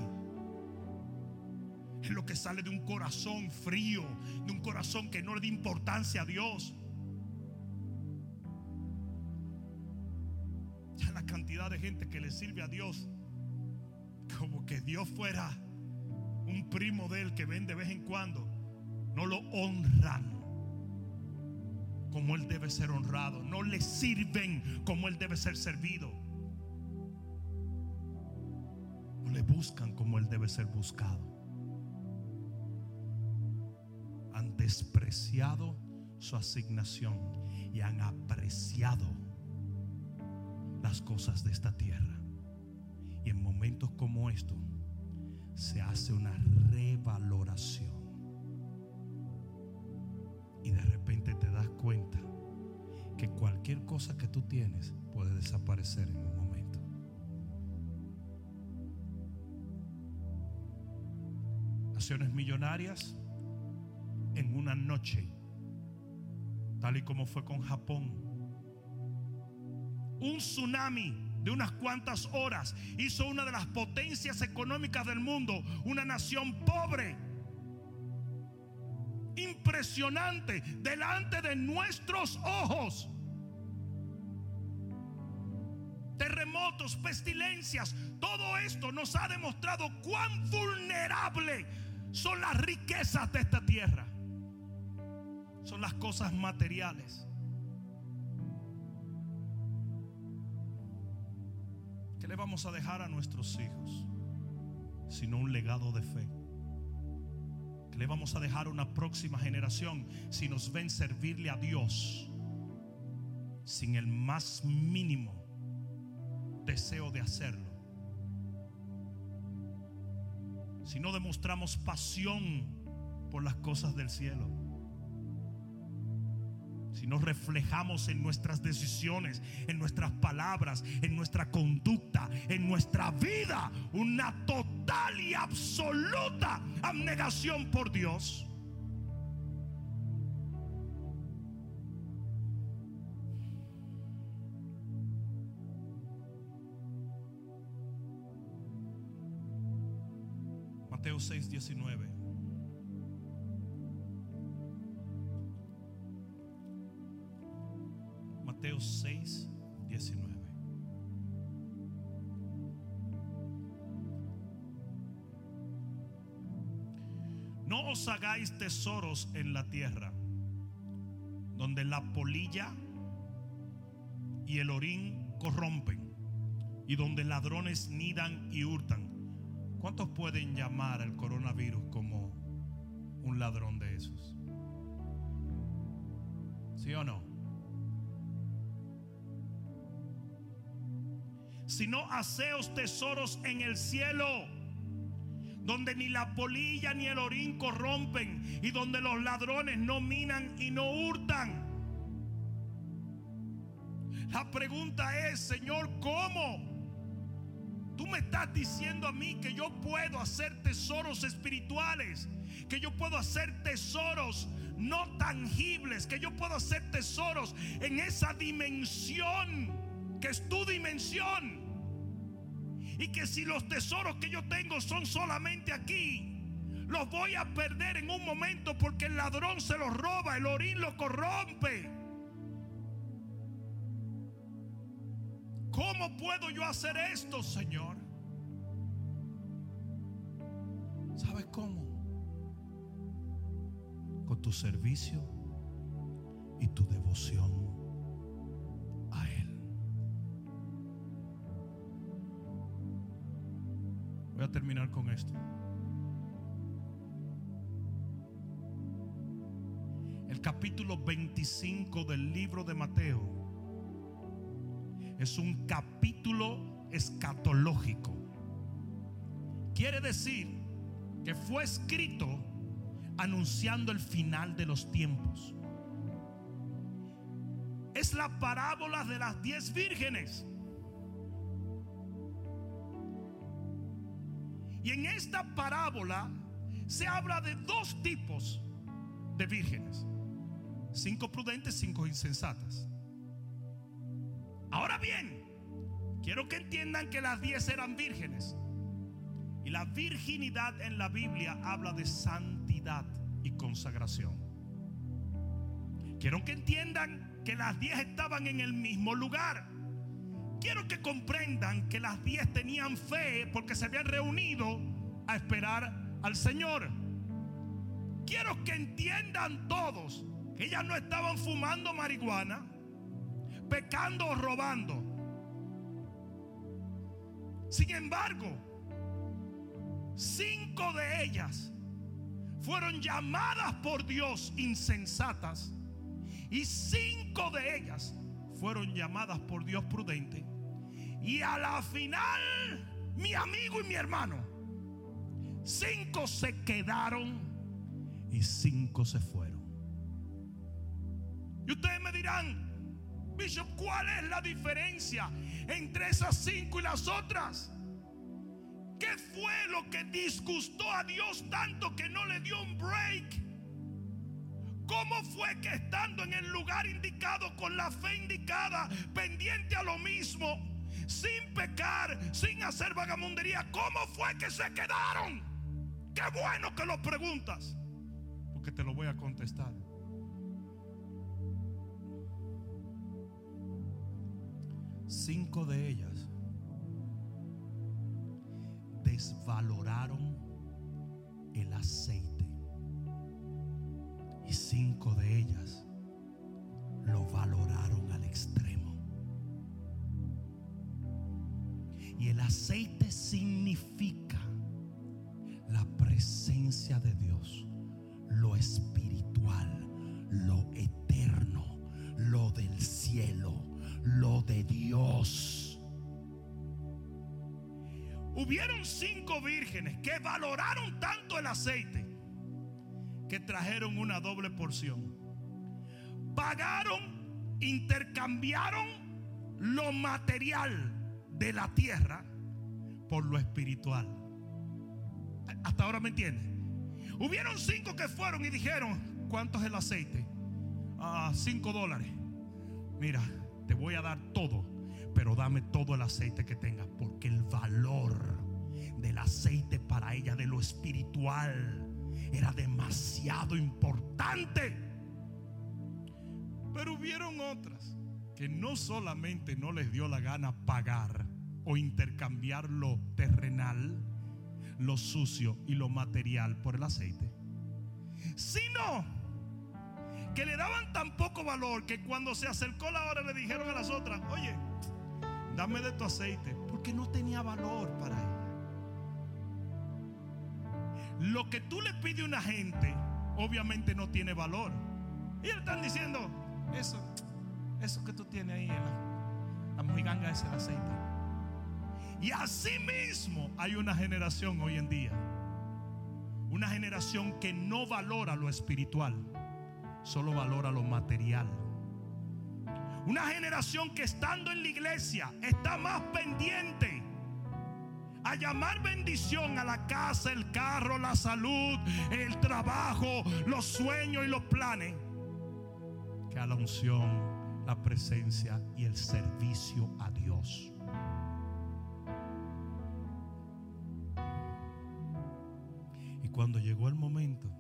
Es lo que sale de un corazón frío, de un corazón que no le da importancia a Dios. Ya la cantidad de gente que le sirve a Dios como que Dios fuera un primo de él que ven de vez en cuando. No lo honran como Él debe ser honrado, no le sirven como Él debe ser servido, no le buscan como Él debe ser buscado. Han despreciado su asignación y han apreciado las cosas de esta tierra. Y en momentos como estos se hace una revaloración. Y de repente te das cuenta que cualquier cosa que tú tienes puede desaparecer en un momento. Naciones millonarias en una noche, tal y como fue con Japón. Un tsunami de unas cuantas horas hizo una de las potencias económicas del mundo una nación pobre, impresionante, delante de nuestros ojos. Terremotos, pestilencias, todo esto nos ha demostrado cuán vulnerable son las riquezas de esta tierra. Son las cosas materiales. ¿Qué le vamos a dejar a nuestros hijos? Sino un legado de fe. ¿Qué le vamos a dejar a una próxima generación si nos ven servirle a Dios sin el más mínimo deseo de hacerlo? Si no demostramos pasión por las cosas del cielo, si no reflejamos en nuestras decisiones, en nuestras palabras, en nuestra conducta, en nuestra vida, una total y absoluta abnegación por Dios. Mateo 6:19. Mateo 6:19. No os hagáis tesoros en la tierra, donde la polilla y el orín corrompen, y donde ladrones nidan y hurtan. ¿Cuántos pueden llamar al coronavirus como un ladrón de esos? ¿Sí o no? Sino haceos tesoros en el cielo, donde ni la polilla ni el orín corrompen, y donde los ladrones no minan y no hurtan. La pregunta es, Señor, ¿cómo? Tú me estás diciendo a mí que yo puedo hacer tesoros espirituales, que yo puedo hacer tesoros no tangibles, que yo puedo hacer tesoros en esa dimensión que es tu dimensión, y que si los tesoros que yo tengo son solamente aquí, los voy a perder en un momento, porque el ladrón se los roba, el orín lo corrompe. ¿Cómo puedo yo hacer esto, Señor? ¿Sabes cómo? Con tu servicio y tu devoción a Él. Voy a terminar con esto. El capítulo 25 del libro de Mateo es un capítulo escatológico. Quiere decir que fue escrito anunciando el final de los tiempos. Es la parábola de las 10 vírgenes. Y en esta parábola se habla de dos tipos de vírgenes: 5 prudentes, 5 insensatas. Ahora bien, quiero que entiendan que las 10 eran vírgenes. Y la virginidad en la Biblia habla de santidad y consagración. Quiero que entiendan que las 10 estaban en el mismo lugar. Quiero que comprendan que las 10 tenían fe porque se habían reunido a esperar al Señor. Quiero que entiendan todos que ellas no estaban fumando marihuana, pecando o robando. Sin embargo, 5 de ellas fueron llamadas por Dios insensatas, y 5 de ellas fueron llamadas por Dios prudentes. Y a la final, mi amigo y mi hermano, 5 se quedaron y 5 se fueron. Y ustedes me dirán: Bishop, ¿cuál es la diferencia entre esas 5 y las otras? ¿Qué fue lo que disgustó a Dios tanto que no le dio un break? ¿Cómo fue que estando en el lugar indicado, con la fe indicada, pendiente a lo mismo, sin pecar, sin hacer vagamundería, cómo fue que se quedaron? Qué bueno que lo preguntas, porque te lo voy a contestar. Cinco de ellas desvaloraron el aceite, y 5 de ellas lo valoraron al extremo. Y el aceite significa la presencia de Dios, lo espiritual, lo eterno, lo del cielo, lo de Dios. Hubieron 5 vírgenes que valoraron tanto el aceite que trajeron una doble porción. Pagaron, intercambiaron lo material de la tierra por lo espiritual. Hasta ahora me entienden. Hubieron 5 que fueron y dijeron: ¿cuánto es el aceite? $5. Mira, te voy a dar todo, pero dame todo el aceite que tengas, porque el valor del aceite para ella, de lo espiritual, era demasiado importante. Pero hubieron otras que no solamente no les dio la gana pagar o intercambiar lo terrenal, lo sucio y lo material por el aceite, sino que le daban tan poco valor que cuando se acercó la hora le dijeron a las otras: oye, dame de tu aceite, porque no tenía valor para ella. Lo que tú le pides a una gente obviamente no tiene valor. Y ellos están diciendo: eso que tú tienes ahí en la mojiganga es el aceite. Y así mismo hay una generación hoy en día, una generación que no valora lo espiritual, solo valora lo material. Una generación que estando en la iglesia está más pendiente a llamar bendición a la casa, el carro, la salud, el trabajo, los sueños y los planes, que a la unción, la presencia y el servicio a Dios. Y cuando llegó el momento,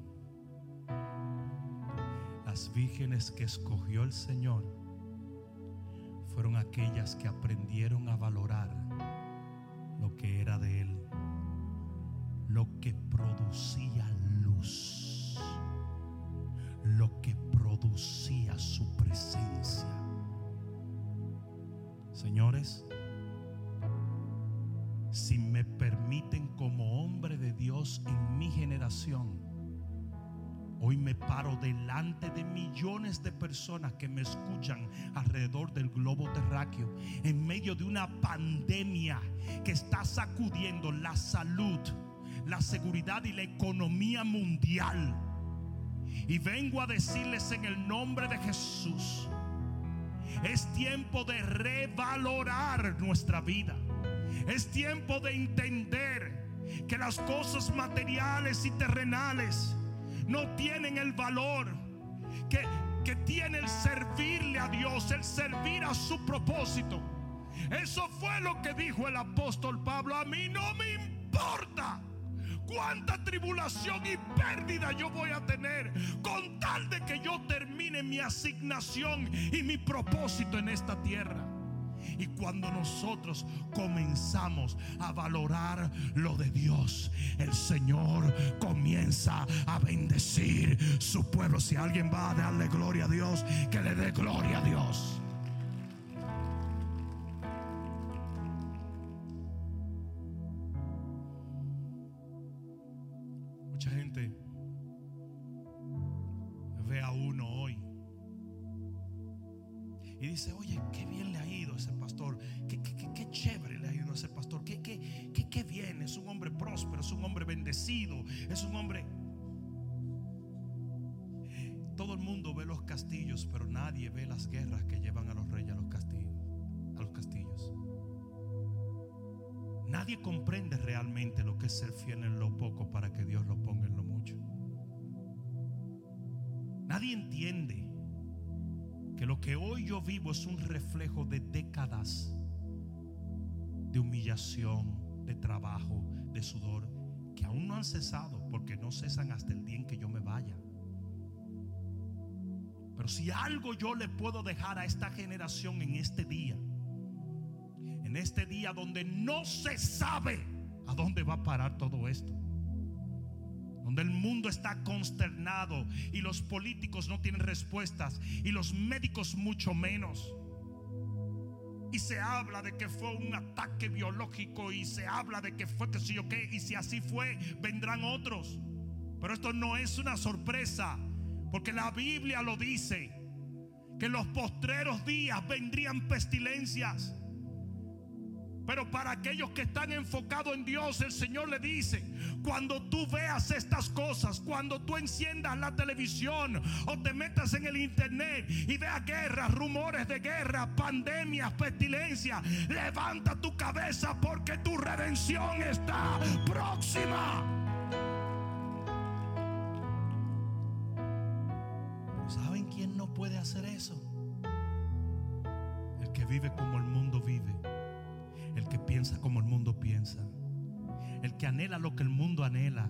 las vírgenes que escogió el Señor fueron aquellas que aprendieron a valorar lo que era de Él, lo que producía luz, lo que producía su presencia. Señores, si me permiten, como hombre de Dios en mi generación, hoy me paro delante de millones de personas que me escuchan alrededor del globo terráqueo, en medio de una pandemia que está sacudiendo la salud, la seguridad y la economía mundial. Y vengo a decirles en el nombre de Jesús: es tiempo de revalorar nuestra vida. Es tiempo de entender que las cosas materiales y terrenales no tienen el valor que tiene el servirle a Dios, el servir a su propósito. Eso fue lo que dijo el apóstol Pablo: a mí no me importa cuánta tribulación y pérdida yo voy a tener, con tal de que yo termine mi asignación y mi propósito en esta tierra. Y cuando nosotros comenzamos a valorar lo de Dios, el Señor comienza a bendecir su pueblo. Si alguien va a darle gloria a Dios, que le dé gloria a Dios. Mucha gente ve a uno hoy y dice: oye, qué bien le ha ido a ese pastor, qué chévere le ha ido a ese pastor, qué bien, es un hombre próspero, es un hombre bendecido, es un hombre. Todo el mundo ve los castillos, pero nadie ve las guerras que llevan a los reyes a los castillos. Nadie comprende realmente lo que es ser fiel en lo poco para que Dios lo ponga en lo mucho. Nadie entiende que lo que hoy yo vivo es un reflejo de décadas de humillación, de trabajo, de sudor, que aún no han cesado, porque no cesan hasta el día en que yo me vaya. Pero si algo yo le puedo dejar a esta generación en este día donde no se sabe a dónde va a parar todo esto, donde el mundo está consternado y los políticos no tienen respuestas y los médicos mucho menos, y se habla de que fue un ataque biológico, y se habla de que fue que sí o qué, y si así fue, vendrán otros. Pero esto no es una sorpresa, porque la Biblia lo dice, que en los postreros días vendrían pestilencias. Pero para aquellos que están enfocados en Dios, el Señor le dice: cuando tú veas estas cosas, cuando tú enciendas la televisión o te metas en el internet y veas guerras, rumores de guerra, pandemias, pestilencias, levanta tu cabeza, porque tu redención está próxima. ¿Saben quién no puede hacer eso? El que vive como el mundo vive, el que piensa como el mundo piensa, el que anhela lo que el mundo anhela.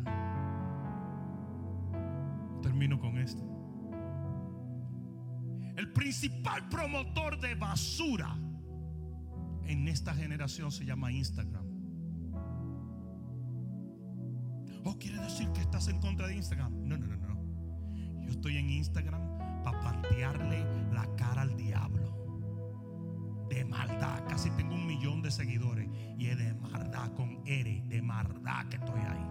Termino con esto. El principal promotor de basura en esta generación se llama Instagram. ¿O quiere decir que estás en contra de Instagram? No. Yo estoy en Instagram para patearle la cara al diablo. De maldad. Casi tengo 1 millón de seguidores. Y es de maldad, con R, de maldad que estoy ahí.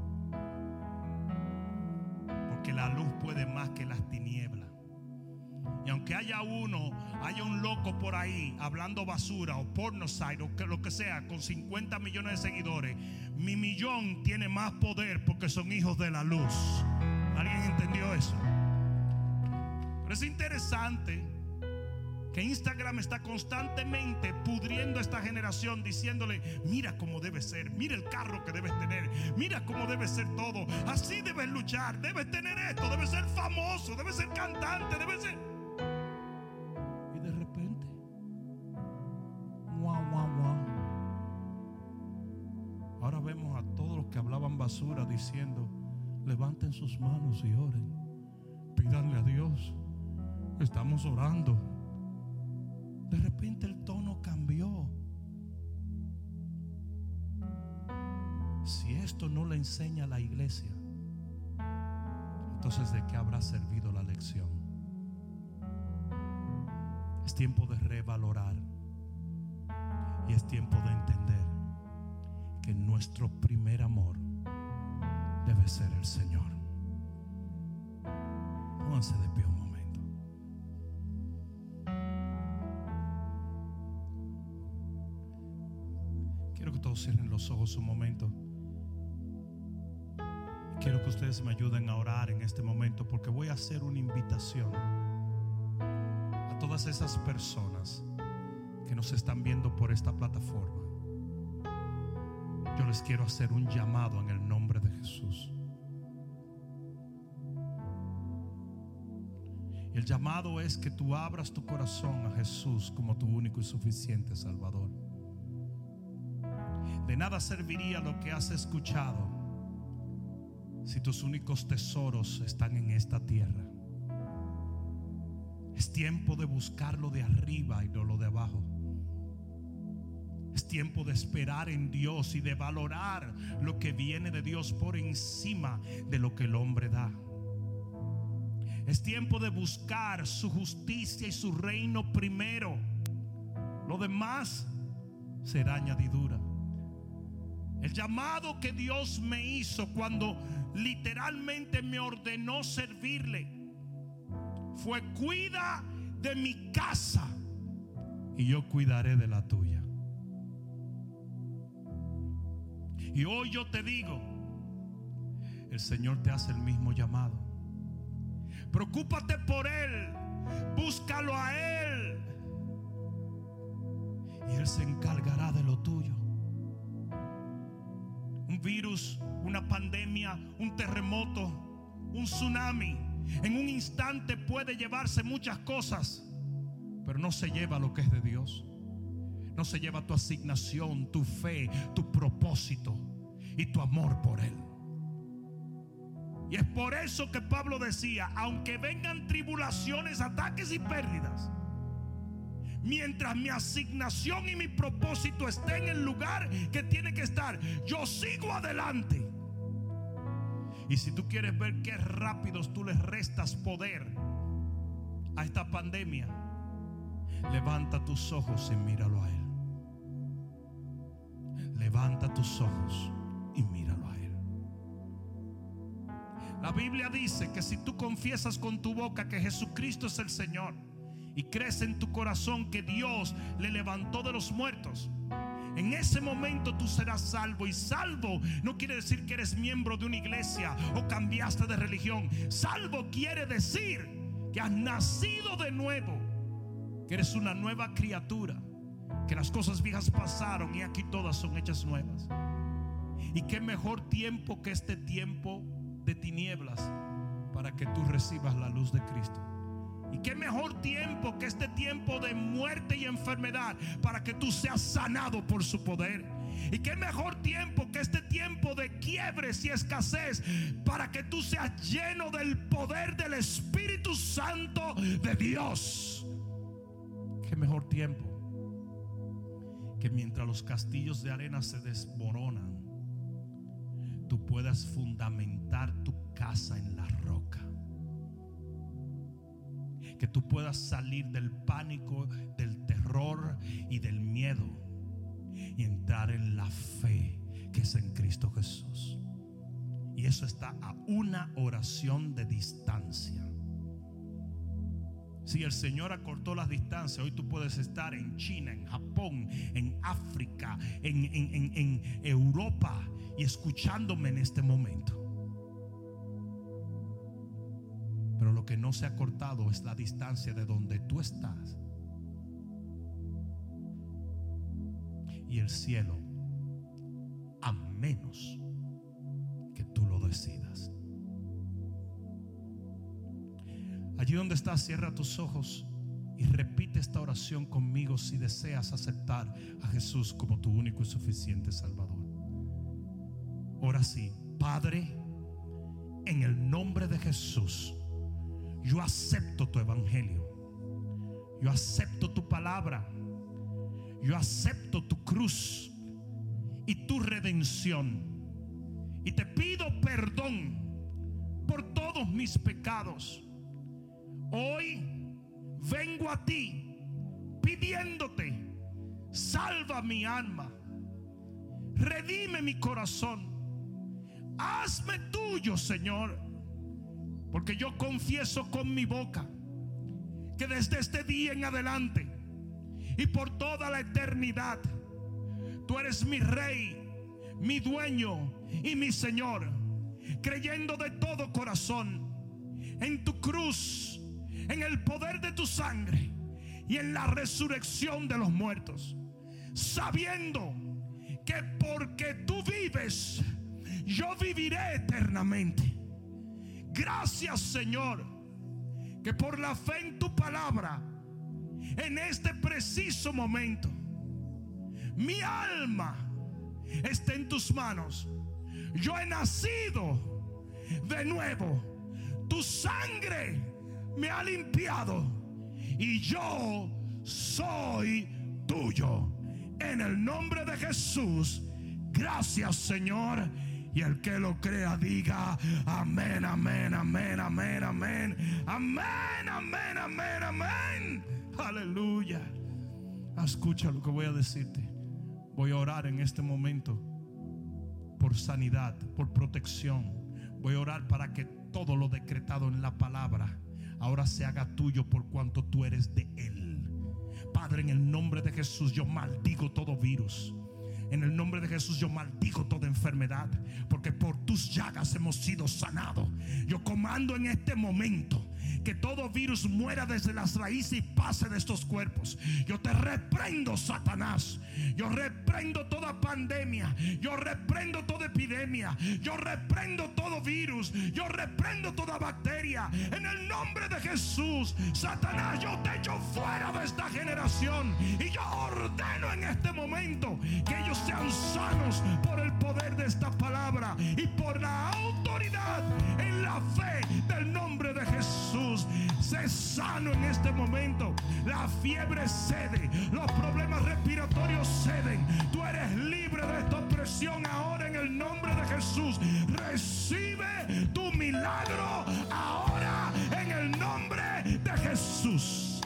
Porque la luz puede más que las tinieblas. Y aunque haya un loco por ahí hablando basura o pornosite o lo que sea, con 50 millones de seguidores, mi millón tiene más poder porque son hijos de la luz. ¿Alguien entendió eso? Pero es interesante que Instagram está constantemente pudriendo a esta generación, diciéndole: mira cómo debe ser, mira el carro que debes tener, mira cómo debe ser todo, así debes luchar, debes tener esto, debes ser famoso, debes ser cantante, debes ser... Y de repente, ahora vemos a todos los que hablaban basura diciendo: levanten sus manos y oren, pídanle a Dios, estamos orando. De repente el tono cambió. Si esto no le enseña a la iglesia, entonces ¿de qué habrá servido la lección? Es tiempo de revalorar y es tiempo de entender que nuestro primer amor debe ser el Señor. Pónganse de pie un momento. Quiero que todos cierren los ojos un momento. Quiero que ustedes me ayuden a orar en este momento, porque voy a hacer una invitación a todas esas personas que nos están viendo por esta plataforma. Yo les quiero hacer un llamado en el nombre de Jesús. Y el llamado es que tú abras tu corazón a Jesús como tu único y suficiente Salvador. De nada serviría lo que has escuchado si tus únicos tesoros están en esta tierra. Es tiempo de buscar lo de arriba y no lo de abajo. Es tiempo de esperar en Dios y de valorar lo que viene de Dios por encima de lo que el hombre da. Es tiempo de buscar su justicia y su reino primero. Lo demás será añadidura. El llamado que Dios me hizo cuando literalmente me ordenó servirle fue: cuida de mi casa y yo cuidaré de la tuya. Y hoy yo te digo, el Señor te hace el mismo llamado. Preocúpate por Él, búscalo a Él y Él se encargará de lo tuyo. Un virus, una pandemia, un terremoto, un tsunami, en un instante puede llevarse muchas cosas, pero no se lleva lo que es de Dios. No se lleva tu asignación, tu fe, tu propósito y tu amor por Él. Y es por eso que Pablo decía: aunque vengan tribulaciones, ataques y pérdidas, mientras mi asignación y mi propósito esté en el lugar que tiene que estar, yo sigo adelante. Y si tú quieres ver qué rápidos tú le restas poder a esta pandemia, levanta tus ojos y míralo a Él. Levanta tus ojos y míralo a Él. La Biblia dice que si tú confiesas con tu boca que Jesucristo es el Señor y crees en tu corazón que Dios le levantó de los muertos, en ese momento tú serás salvo. Y salvo no quiere decir que eres miembro de una iglesia o cambiaste de religión. Salvo quiere decir que has nacido de nuevo, que eres una nueva criatura, que las cosas viejas pasaron y aquí todas son hechas nuevas. Y qué mejor tiempo que este tiempo de tinieblas para que tú recibas la luz de Cristo. Y qué mejor tiempo que este tiempo de muerte y enfermedad para que tú seas sanado por su poder. Y qué mejor tiempo que este tiempo de quiebres y escasez para que tú seas lleno del poder del Espíritu Santo de Dios. Qué mejor tiempo que mientras los castillos de arena se desmoronan, tú puedas fundamentar tu casa en la roca. que tú puedas salir del pánico, del terror y del miedo y entrar en la fe que es en Cristo Jesús. Y eso está a una oración de distancia. Si el Señor acortó las distancias, hoy tú puedes estar en China, en Japón, en África, en Europa y escuchándome en este momento. Pero lo que no se ha cortado es la distancia de donde tú estás y el cielo, a menos que tú lo decidas. Allí donde estás, cierra tus ojos y repite esta oración conmigo si deseas aceptar a Jesús como tu único y suficiente Salvador. Ora así: Padre, en el nombre de Jesús, yo acepto tu evangelio, yo acepto tu palabra, yo acepto tu cruz y tu redención, y te pido perdón por todos mis pecados. Hoy vengo a ti pidiéndote: salva mi alma, redime mi corazón, hazme tuyo, Señor. Porque yo confieso con mi boca que desde este día en adelante y por toda la eternidad, tú eres mi Rey, mi dueño y mi Señor, creyendo de todo corazón en tu cruz, en el poder de tu sangre y en la resurrección de los muertos, sabiendo que porque tú vives, yo viviré eternamente. Gracias, Señor, que por la fe en tu palabra, en este preciso momento, mi alma está en tus manos. Yo he nacido de nuevo, tu sangre me ha limpiado y yo soy tuyo. En el nombre de Jesús, gracias, Señor. Y el que lo crea diga amén, amén, amén, amén, amén, amén, amén, amén, amén. Aleluya. Escucha lo que voy a decirte. Voy a orar en este momento por sanidad, por protección. Voy a orar para que todo lo decretado en la palabra ahora se haga tuyo por cuanto tú eres de Él. Padre, en el nombre de Jesús yo maldigo todo virus. En el nombre de Jesús yo maldigo toda enfermedad, porque por tus llagas hemos sido sanados. Yo comando en este momento que todo virus muera desde las raíces y pase de estos cuerpos. Yo te reprendo, Satanás. Yo reprendo toda pandemia. Yo reprendo toda epidemia. Yo reprendo todo virus. Yo reprendo toda bacteria. En el nombre de Jesús, Satanás, yo te echo fuera de esta generación. Y yo ordeno en este momento que ellos sean sanos por el poder de esta palabra y por la autoridad en la fe del nombre de Jesús. Sé sano en este momento. La fiebre cede, los problemas respiratorios ceden. Tú eres libre de esta opresión ahora en el nombre de Jesús. Recibe tu milagro ahora en el nombre de Jesús.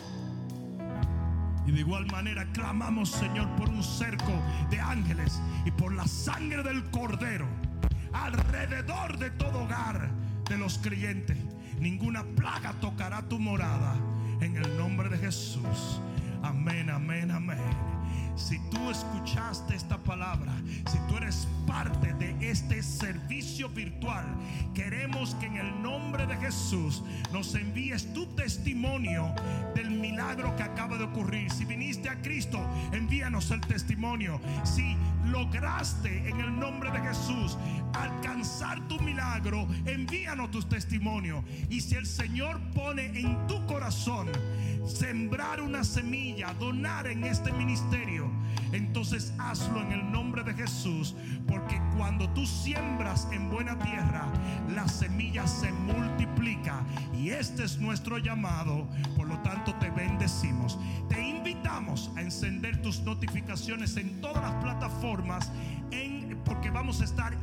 Y de igual manera clamamos, Señor, por un cerco de ángeles y por la sangre del Cordero alrededor de todo hogar de los creyentes. Ninguna plaga tocará tu morada en el nombre de Jesús. Amén, amén, amén. Si tú escuchaste esta palabra, si tú eres parte de este servicio virtual, queremos que en el nombre de Jesús nos envíes tu testimonio del milagro que acaba de ocurrir. Si viniste a Cristo, envíanos el testimonio. Si lograste en el nombre de Jesús alcanzar tu milagro, envíanos tu testimonio. Y si el Señor pone en tu corazón sembrar una semilla, donar en este ministerio, entonces hazlo en el nombre de Jesús, porque cuando tú siembras en buena tierra, la semilla se multiplica. Y este es nuestro llamado. Por lo tanto, te bendecimos. Te invitamos a encender tus notificaciones en todas las plataformas, porque vamos a estar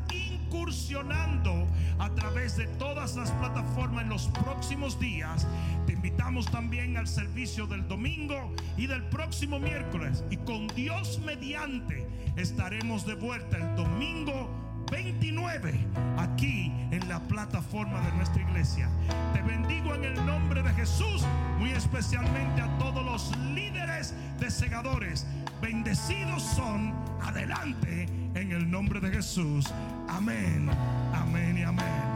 incursionando a través de todas las plataformas en los próximos días. Te invitamos invitamos también al servicio del domingo y del próximo miércoles. Y con Dios mediante estaremos de vuelta el domingo 29 aquí en la plataforma de nuestra iglesia. Te bendigo en el nombre de Jesús, muy especialmente a todos los líderes de segadores. Bendecidos son. Adelante en el nombre de Jesús. Amén, amén y amén.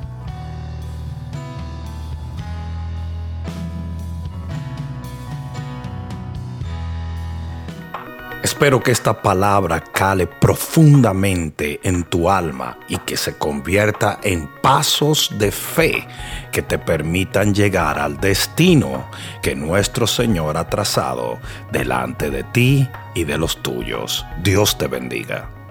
Espero que esta palabra cale profundamente en tu alma y que se convierta en pasos de fe que te permitan llegar al destino que nuestro Señor ha trazado delante de ti y de los tuyos. Dios te bendiga.